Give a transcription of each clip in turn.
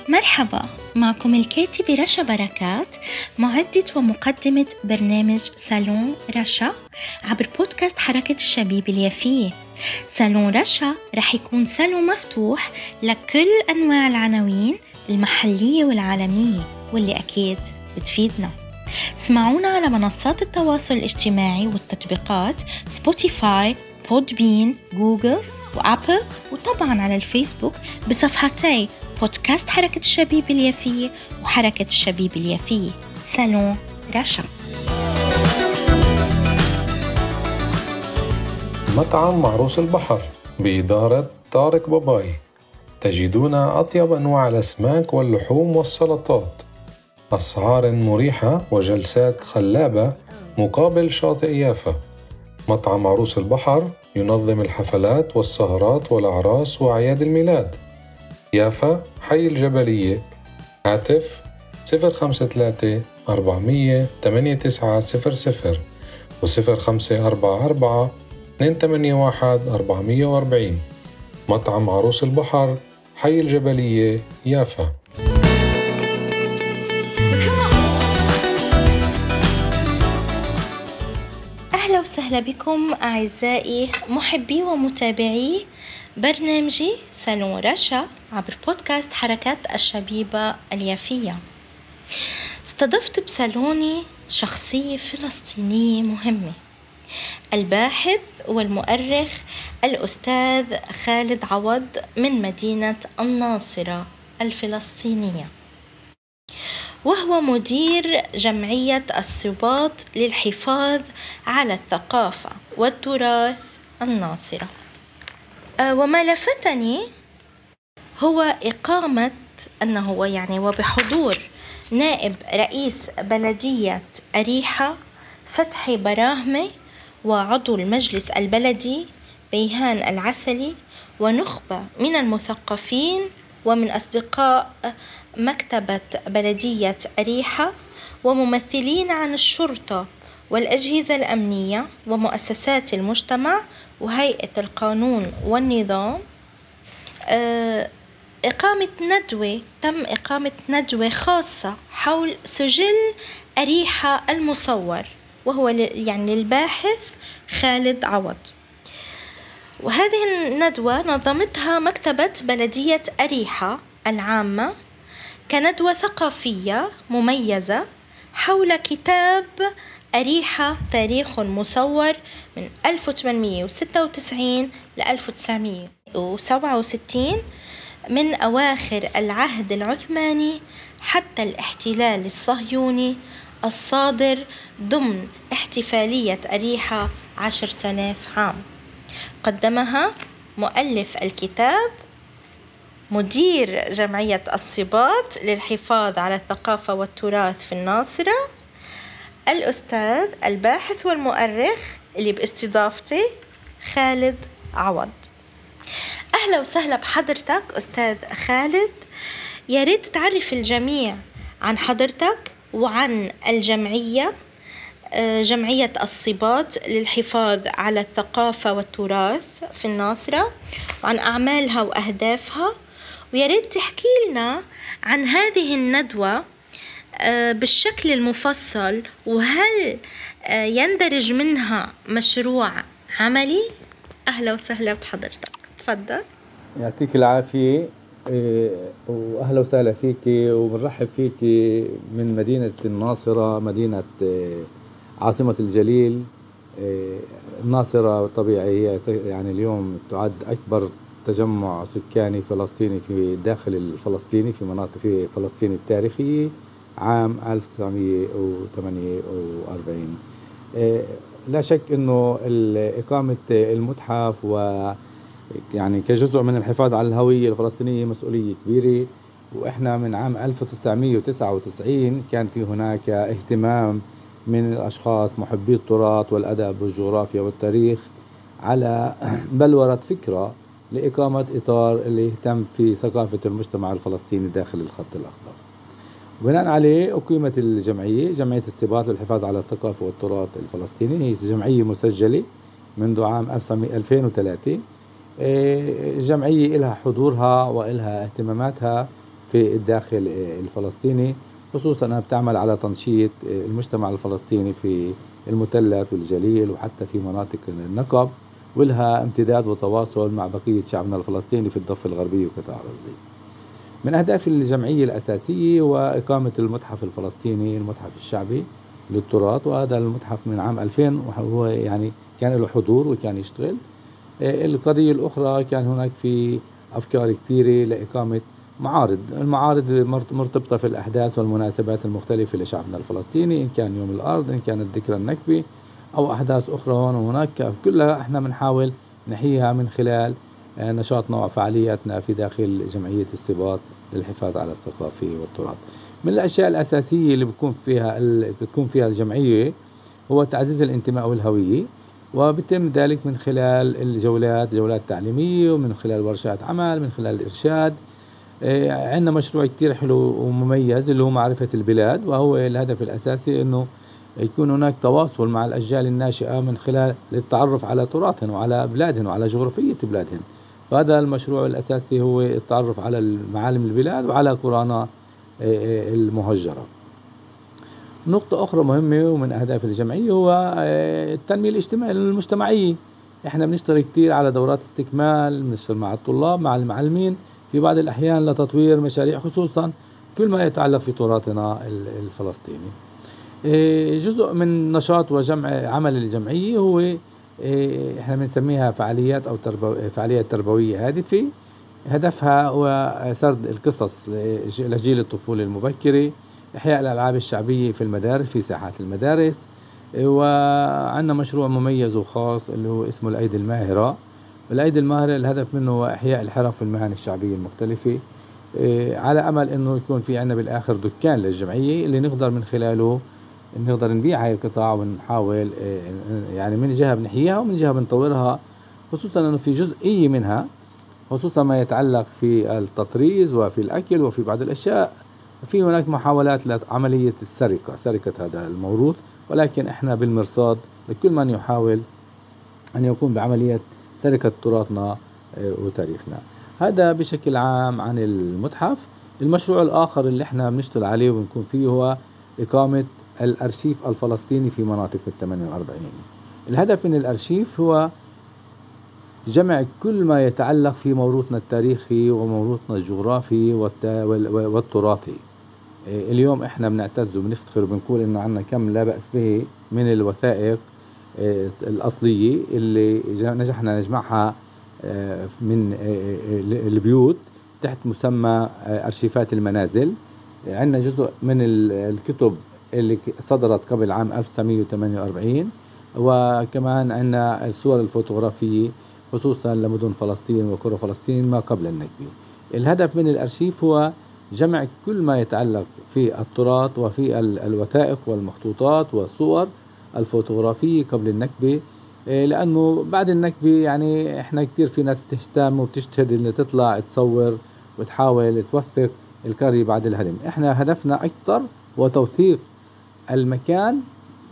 مرحبا، معكم الكاتبة رشا بركات، معدة ومقدمة برنامج صالون رشا عبر بودكاست حركة الشبيب اليافية. صالون رشا رح يكون صالون مفتوح لكل أنواع العناوين المحلية والعالمية واللي أكيد بتفيدنا. اسمعونا على منصات التواصل الاجتماعي والتطبيقات سبوتيفاي، بودبين، جوجل وأبل، وطبعا على الفيسبوك بصفحتي بودكاست حركة الشبيب اليافية وحركة الشبيب اليافية. صالون رشا. مطعم معروس البحر بإدارة طارق باباي، تجدون أطيب أنواع الأسماك واللحوم والسلطات، أسعار مريحة وجلسات خلابة مقابل شاطئ يافا. مطعم معروس البحر ينظم الحفلات والسهرات والأعراس وأعياد الميلاد. يافا، حي الجبلية. هاتف 053 400 8900 و0544 281 440. مطعم عروس البحر، حي الجبلية، يافا. أهلا وسهلا بكم أعزائي محبي ومتابعي برنامجي صالون رشا عبر بودكاست حركات الشبيبة اليافية. استضفت بصالوني شخصية فلسطينية مهمة، الباحث والمؤرخ الأستاذ خالد عوض من مدينة الناصرة الفلسطينية، وهو مدير جمعية الصباط للحفاظ على الثقافة والتراث الناصرة. وما لفتني هو إقامة وبحضور نائب رئيس بلدية أريحة فتحي براهمي وعضو المجلس البلدي بيهان العسلي ونخبة من المثقفين ومن أصدقاء مكتبة بلدية أريحة وممثلين عن الشرطة والأجهزة الأمنية ومؤسسات المجتمع وهيئة القانون والنظام. تم إقامة ندوة خاصة حول سجل أريحة المصور، وهو للباحث خالد عوض. وهذه الندوة نظمتها مكتبة بلدية أريحة العامة كندوة ثقافية مميزة حول كتاب أريحة تاريخ مصور من 1896 ل 1967 من أواخر العهد العثماني حتى الاحتلال الصهيوني الصادر ضمن احتفالية أريحة 10,000 عام. قدمها مؤلف الكتاب مدير جمعية الصباط للحفاظ على الثقافة والتراث في الناصرة الأستاذ الباحث والمؤرخ اللي باستضافتي خالد عوض. أهلا وسهلا بحضرتك أستاذ خالد، يا ريت تعرف الجميع عن حضرتك وعن الجمعية، جمعية الصباط للحفاظ على الثقافة والتراث في الناصرة، وعن أعمالها وأهدافها، ويا ريت تحكي لنا عن هذه الندوة بالشكل المفصل، وهل يندرج منها مشروع عملي؟ أهلا وسهلا بحضرتك، تفضل. يعطيك العافية، وأهلا وسهلا فيك وبنرحب فيك من مدينة الناصرة، مدينة عاصمة الجليل. الناصرة طبيعي هي اليوم تعد أكبر تجمع سكاني فلسطيني في الداخل الفلسطيني في مناطق في فلسطين التاريخية عام 1948. لا شك أنه إقامة المتحف كجزء من الحفاظ على الهوية الفلسطينية مسؤولية كبيرة، وإحنا من عام 1999 كان في هناك اهتمام من الأشخاص محبي التراث والأدب والجغرافيا والتاريخ على بلورة فكرة لإقامة إطار اللي يهتم في ثقافة المجتمع الفلسطيني داخل الخط الأخضر. وبناء عليه أقيمت الجمعية، جمعية الصباط للحفاظ على الثقافة والتراث الفلسطيني. هي جمعية مسجلة منذ عام 2003. جمعية إلها حضورها وإلها اهتماماتها في الداخل الفلسطيني، خصوصا أنها بتعمل على تنشيط المجتمع الفلسطيني في المثلث والجليل وحتى في مناطق النقب، ولها امتداد وتواصل مع بقية شعبنا الفلسطيني في الضفة الغربية وقطاع غزة. من أهداف الجمعية الأساسية وإقامة المتحف الفلسطيني، المتحف الشعبي للتراث، وهذا المتحف من عام 2000 وهو يعني كان له حضور وكان يشتغل. القضية الأخرى كان هناك في أفكار كثيرة لإقامة معارض. المعارض مرتبطة في الأحداث والمناسبات المختلفة لشعبنا الفلسطيني، إن كان يوم الأرض، إن كانت ذكرى النكبة، أو أحداث أخرى هون وهناك، كلها إحنا بنحاول نحييها من خلال نشاطنا وفعالياتنا في داخل جمعية السباط للحفاظ على الثقافة والتراث. من الأشياء الأساسية اللي بتكون فيها الجمعية هو تعزيز الانتماء والهوية، وبتم ذلك من خلال جولات تعليمية، ومن خلال ورشات عمل، من خلال الإرشاد. عندنا مشروع كتير حلو ومميز اللي هو معرفة البلاد، وهو الهدف الأساسي إنه يكون هناك تواصل مع الأجيال الناشئة من خلال التعرف على تراثهم وعلى بلادهم وعلى جغرافية بلادهم. فهذا المشروع الأساسي هو التعرف على معالم البلاد وعلى قرانا المهجرة. نقطة أخرى مهمة ومن أهداف الجمعية هو التنمية الاجتماعية المجتمعية. إحنا بنشتغل كتير على دورات استكمال، بنشتغل مع الطلاب مع المعلمين في بعض الأحيان لتطوير مشاريع، خصوصا كل ما يتعلق في تراثنا الفلسطيني. جزء من نشاط وجمع عمل الجمعية هو إحنا بنسميها فعاليات أو فعاليات تربوية هادفة. هدفها هو سرد القصص لجيل الطفولة المبكرة، إحياء الألعاب الشعبية في المدارس في ساحات المدارس. وعندنا مشروع مميز وخاص اللي هو اسمه الأيدي الماهرة. الأيدي الماهرة الهدف منه هو إحياء الحرف والمهن الشعبية المختلفة، على أمل إنه يكون في عنا بالآخر دكان للجمعية اللي نقدر من خلاله نقدر نبيع هاي القطع، ونحاول يعني من جهة بنحييها ومن جهة بنطورها، خصوصا إنه في جزئية منها خصوصا ما يتعلق في التطريز وفي الأكل وفي بعض الأشياء في هناك محاولات لعملية سرقة هذا الموروث، ولكن إحنا بالمرصاد لكل من يحاول أن يقوم بعملية سرقة تراثنا وتاريخنا. هذا بشكل عام عن المتحف. المشروع الآخر اللي إحنا بنشتغل عليه وبنكون فيه هو إقامة الأرشيف الفلسطيني في مناطق 48. الهدف من الأرشيف هو جمع كل ما يتعلق في موروثنا التاريخي وموروثنا الجغرافي والتراثي. اليوم احنا بنعتز وبنفتخر وبنقول انه عنا كم لا بأس به من الوثائق الأصلية اللي نجحنا نجمعها من البيوت تحت مسمى أرشيفات المنازل. عنا جزء من الكتب اللي صدرت قبل عام 1948، وكمان عنا الصور الفوتوغرافية خصوصا لمدن فلسطين وقرى فلسطين ما قبل النكبة. الهدف من الأرشيف هو جمع كل ما يتعلق في التراث وفي الوثائق والمخطوطات والصور الفوتوغرافية قبل النكبة، لأنه بعد النكبة يعني إحنا كتير في ناس بتهتم وبتجتهد إن تطلع تصور وتحاول توثق القرية بعد الهدم. إحنا هدفنا أكثر هو توثيق المكان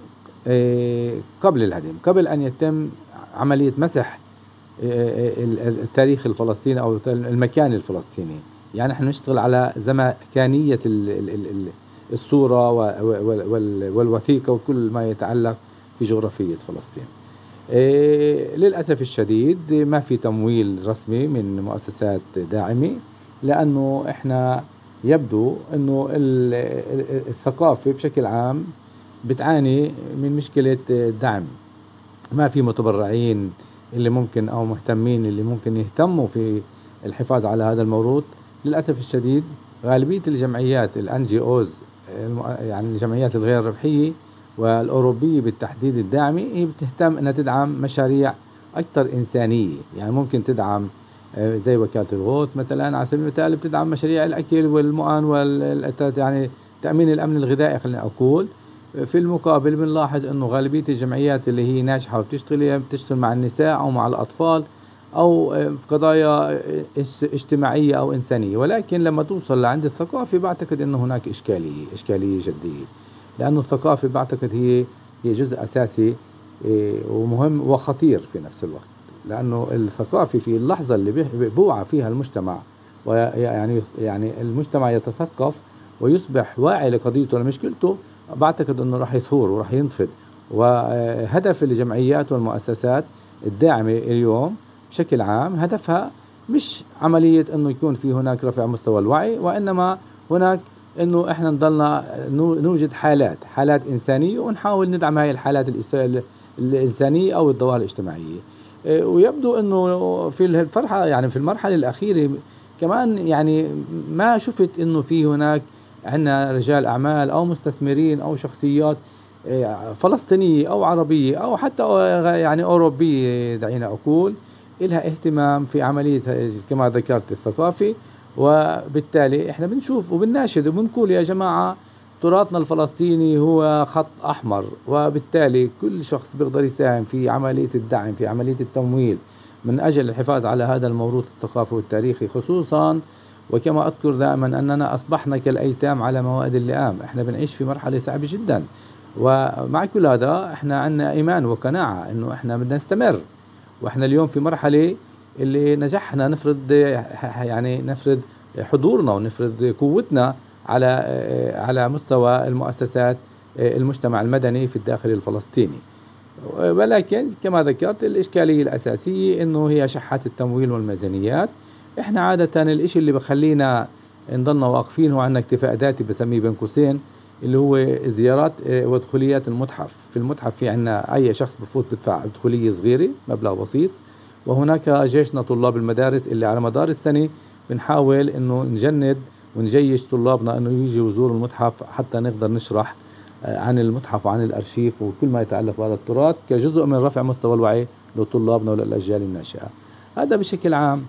قبل الهدم، قبل أن يتم عملية مسح التاريخ الفلسطيني أو المكان الفلسطيني. يعني نحن نشتغل على زمكانية الصورة والوثيقة وكل ما يتعلق في جغرافية فلسطين. للأسف الشديد ما في تمويل رسمي من مؤسسات داعمة، لأنه إحنا يبدو أنه الثقافة بشكل عام بتعاني من مشكلة الدعم. ما في متبرعين اللي ممكن أو مهتمين اللي ممكن يهتموا في الحفاظ على هذا الموروث. للأسف الشديد غالبية الجمعيات الNGOs يعني الجمعيات الغير ربحية والأوروبية بالتحديد الداعمة هي بتهتم أنها تدعم مشاريع أكثر إنسانية. يعني ممكن تدعم زي وكالة الغوث مثلا على سبيل المثال بتدعم مشاريع الأكل والمؤن يعني تأمين الأمن الغذائي. خلينا أقول في المقابل بنلاحظ أنه غالبية الجمعيات اللي هي ناجحة وبتشتغل مع النساء أو مع الأطفال أو في قضايا اجتماعية أو إنسانية، ولكن لما توصل لعند الثقافة بعتقد أنه هناك إشكالية جدية، لأنه الثقافة بعتقد هي جزء أساسي ومهم وخطير في نفس الوقت، لأنه الثقافة في اللحظة اللي بوعى فيها المجتمع ويعني المجتمع يتثقف ويصبح واعي لقضيته ولمشكلته، بعتقد أنه راح يثور وراح ينتفض. وهدف الجمعيات والمؤسسات الداعمة اليوم بشكل عام هدفها مش عملية أنه يكون في هناك رفع مستوى الوعي، وإنما هناك أنه إحنا نضلنا نوجد حالات إنسانية ونحاول ندعم هاي الحالات الإنسانية أو الظواهر الاجتماعية. ويبدو أنه في الفرحة يعني في المرحلة الأخيرة كمان يعني ما شفت أنه في هناك عندنا رجال أعمال أو مستثمرين أو شخصيات فلسطينية أو عربية أو حتى يعني أوروبية دعينا أقول إلها اهتمام في عملية كما ذكرت الثقافي. وبالتالي إحنا بنشوف وبنناشد وبنقول يا جماعة تراثنا الفلسطيني هو خط أحمر، وبالتالي كل شخص بيقدر يساهم في عملية الدعم في عملية التمويل من أجل الحفاظ على هذا الموروث الثقافي والتاريخي، خصوصا وكما أذكر دائما أننا أصبحنا كالأيتام على موائد اللئام. إحنا بنعيش في مرحلة صعبة جدا، ومع كل هذا إحنا عندنا إيمان وقناعة إنه إحنا بدنا نستمر. وإحنا اليوم في مرحلة اللي نجحنا نفرض حضورنا ونفرض قوتنا على مستوى المؤسسات المجتمع المدني في الداخل الفلسطيني. ولكن كما ذكرت الإشكالية الأساسية إنه هي شحات التمويل والميزانيات. إحنا عادة الإشي اللي بخلينا نضلنا واقفين هو عندنا اكتفاء ذاتي بسميه بين قوسين، اللي هو زيارات ودخوليات المتحف. في المتحف في عنا أي شخص بفوت بدفع دخولية صغيرة مبلغ بسيط، وهناك جيشنا طلاب المدارس اللي على مدار السنة بنحاول إنه نجند ونجيش طلابنا إنه يجوا يزوروا المتحف حتى نقدر نشرح عن المتحف وعن الأرشيف وكل ما يتعلق بهذا التراث كجزء من رفع مستوى الوعي لطلابنا وللأجيال الناشئة. هذا بشكل عام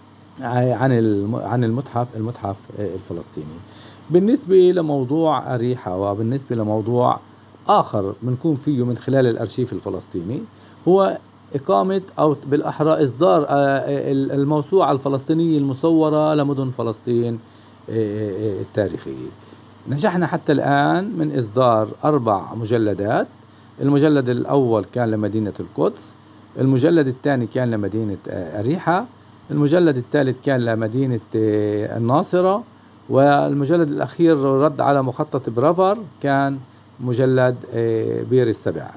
عن المتحف الفلسطيني. بالنسبة لموضوع أريحة وبالنسبة لموضوع آخر بنكون فيه من خلال الأرشيف الفلسطيني هو إقامة أو بالأحرى إصدار الموسوعة الفلسطينية المصورة لمدن فلسطين التاريخية. نجحنا حتى الآن من إصدار 4 مجلدات. المجلد الأول كان لمدينة القدس، المجلد الثاني كان لمدينة أريحة، المجلد الثالث كان لمدينة الناصرة، والمجلد الأخير رد على مخطط برافر كان مجلد بير السبع.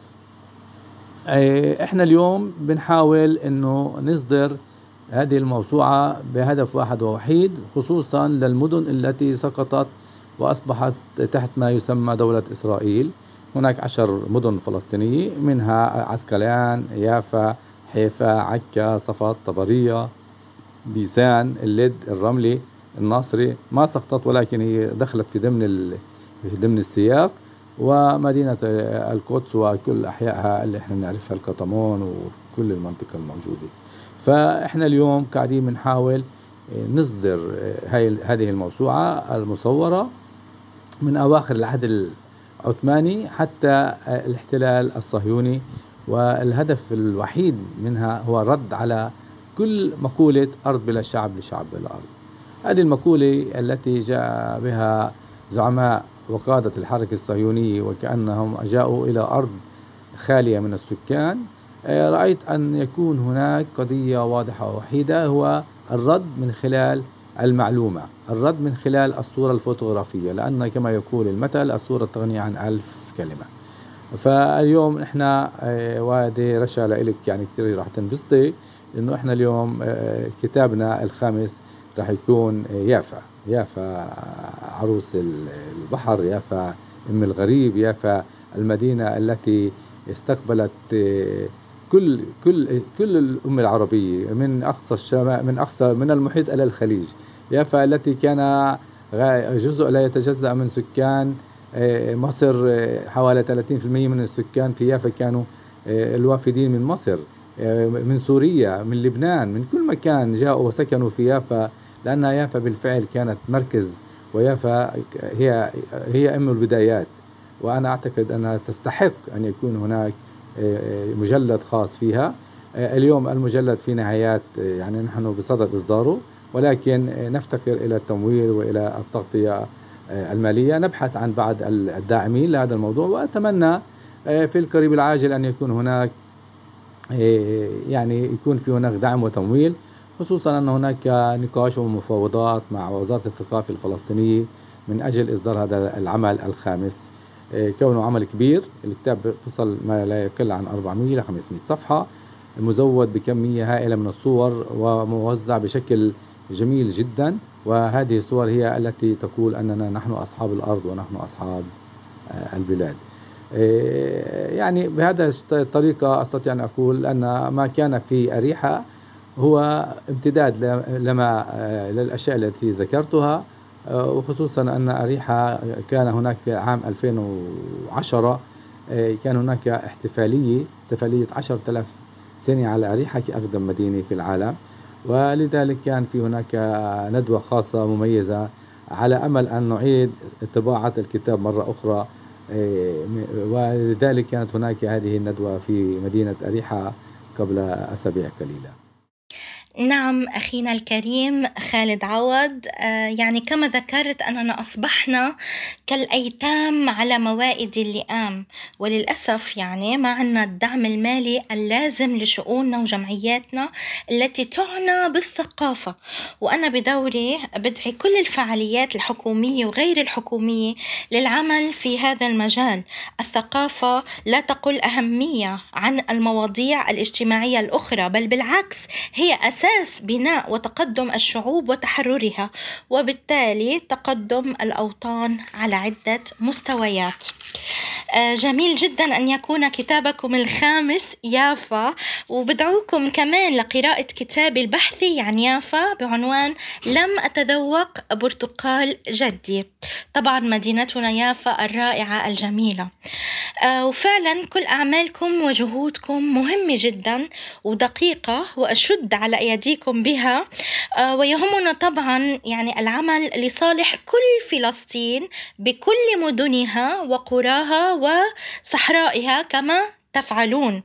احنا اليوم بنحاول انه نصدر هذه الموسوعة بهدف واحد ووحيد، خصوصا للمدن التي سقطت وأصبحت تحت ما يسمى دولة إسرائيل. هناك 10 مدن فلسطينية، منها عسقلان، يافا، حيفا، عكا، صفد، طبرية، بيسان، اللد، الرملي، الناصري. ما سقطت ولكن هي دخلت في ضمن السياق، ومدينة القدس وكل أحيائها اللي احنا نعرفها، القطمون وكل المنطقة الموجودة. فاحنا اليوم قاعدين بنحاول نصدر هذه الموسوعة المصورة من أواخر العهد العثماني حتى الاحتلال الصهيوني، والهدف الوحيد منها هو الرد على كل مقولة أرض بلا شعب لشعب بلا أرض. هذه المقولة التي جاء بها زعماء وقادة الحركة الصهيونية وكأنهم جاءوا إلى أرض خالية من السكان. رأيت أن يكون هناك قضية واضحة ووحيدة، هو الرد من خلال المعلومة، الرد من خلال الصورة الفوتوغرافية، لأن كما يقول المثل الصورة تغني عن 1000 كلمة. فاليوم احنا وادي رشا لإلك يعني كثير راح تنبسطي، لأنه احنا اليوم كتابنا الخامس راح يكون يافا عروس البحر، يافا أم الغريب، يافا المدينة التي استقبلت كل الأمة العربية من أقصى الشمال، من المحيط إلى الخليج. يافا التي كان جزء لا يتجزأ من سكان مصر، حوالي 30% من السكان في يافا كانوا الوافدين من مصر، من سوريا، من لبنان، من كل مكان جاءوا وسكنوا في يافا، لأن يافا بالفعل كانت مركز، ويافا هي أم البدايات. وأنا أعتقد أنها تستحق أن يكون هناك مجلد خاص فيها. اليوم المجلد في نهايات، يعني نحن بصدد إصداره، ولكن نفتقر إلى التمويل وإلى التغطية المالية. نبحث عن بعض الداعمين لهذا الموضوع، وأتمنى في القريب العاجل أن يكون هناك يعني يكون في هناك دعم وتمويل. خصوصا أن هناك نقاش ومفاوضات مع وزارة الثقافة الفلسطينية من أجل إصدار هذا العمل الخامس. كونه عمل كبير، الكتاب بيصل ما لا يقل عن 400 ل 500 صفحة، مزود بكمية هائلة من الصور وموزع بشكل جميل جدا، وهذه الصور هي التي تقول أننا نحن أصحاب الأرض ونحن أصحاب البلاد. يعني بهذا الطريقة أستطيع أن أقول أن ما كان في أريحة هو امتداد للأشياء التي ذكرتها، وخصوصا أن أريحة كان هناك في عام 2010 كان هناك احتفالية 10,000 سنة على أريحة كأقدم مدينة في العالم، ولذلك كان في هناك ندوة خاصة مميزة على أمل أن نعيد طباعة الكتاب مرة أخرى، ولذلك كانت هناك هذه الندوة في مدينة أريحة قبل أسابيع قليلة. نعم أخينا الكريم خالد عوض، يعني كما ذكرت أننا أصبحنا كالأيتام على موائد اللئام، وللأسف يعني ما عنا الدعم المالي اللازم لشؤوننا وجمعياتنا التي تعنى بالثقافة. وأنا بدوري بدعي كل الفعاليات الحكومية وغير الحكومية للعمل في هذا المجال. الثقافة لا تقل أهمية عن المواضيع الاجتماعية الأخرى، بل بالعكس هي أساس بناء وتقدم الشعوب وتحررها، وبالتالي تقدم الأوطان على عدة مستويات. جميل جدا أن يكون كتابكم الخامس يافا، وبدعوكم كمان لقراءة كتابي البحثي عن يافا بعنوان لم أتذوق برتقال جدي. طبعا مدينتنا يافا الرائعة الجميلة. وفعلا كل أعمالكم وجهودكم مهمة جدا ودقيقة، وأشد على أيديكم بها، ويهمنا طبعا يعني العمل لصالح كل فلسطين بكل مدنها وقراها وصحرائها كما تفعلون.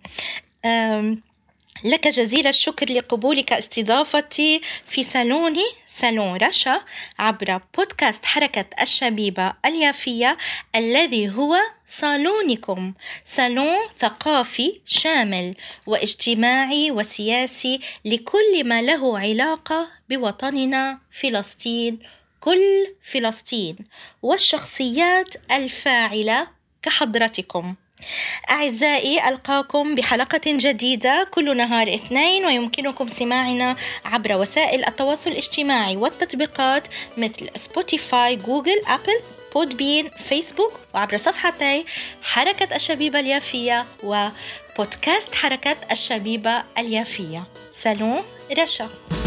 لك جزيل الشكر لقبولك استضافتي في صالون رشا عبر بودكاست حركة الشبيبة اليافية، الذي هو صالونكم، صالون ثقافي شامل واجتماعي وسياسي لكل ما له علاقة بوطننا فلسطين، كل فلسطين والشخصيات الفاعلة كحضرتكم. أعزائي، ألقاكم بحلقة جديدة كل نهار اثنين، ويمكنكم سماعنا عبر وسائل التواصل الاجتماعي والتطبيقات مثل سبوتيفاي، جوجل، أبل، بودبين، فيسبوك، وعبر صفحتي حركة الشبيبة اليافية وبودكاست حركة الشبيبة اليافية. سالون رشا.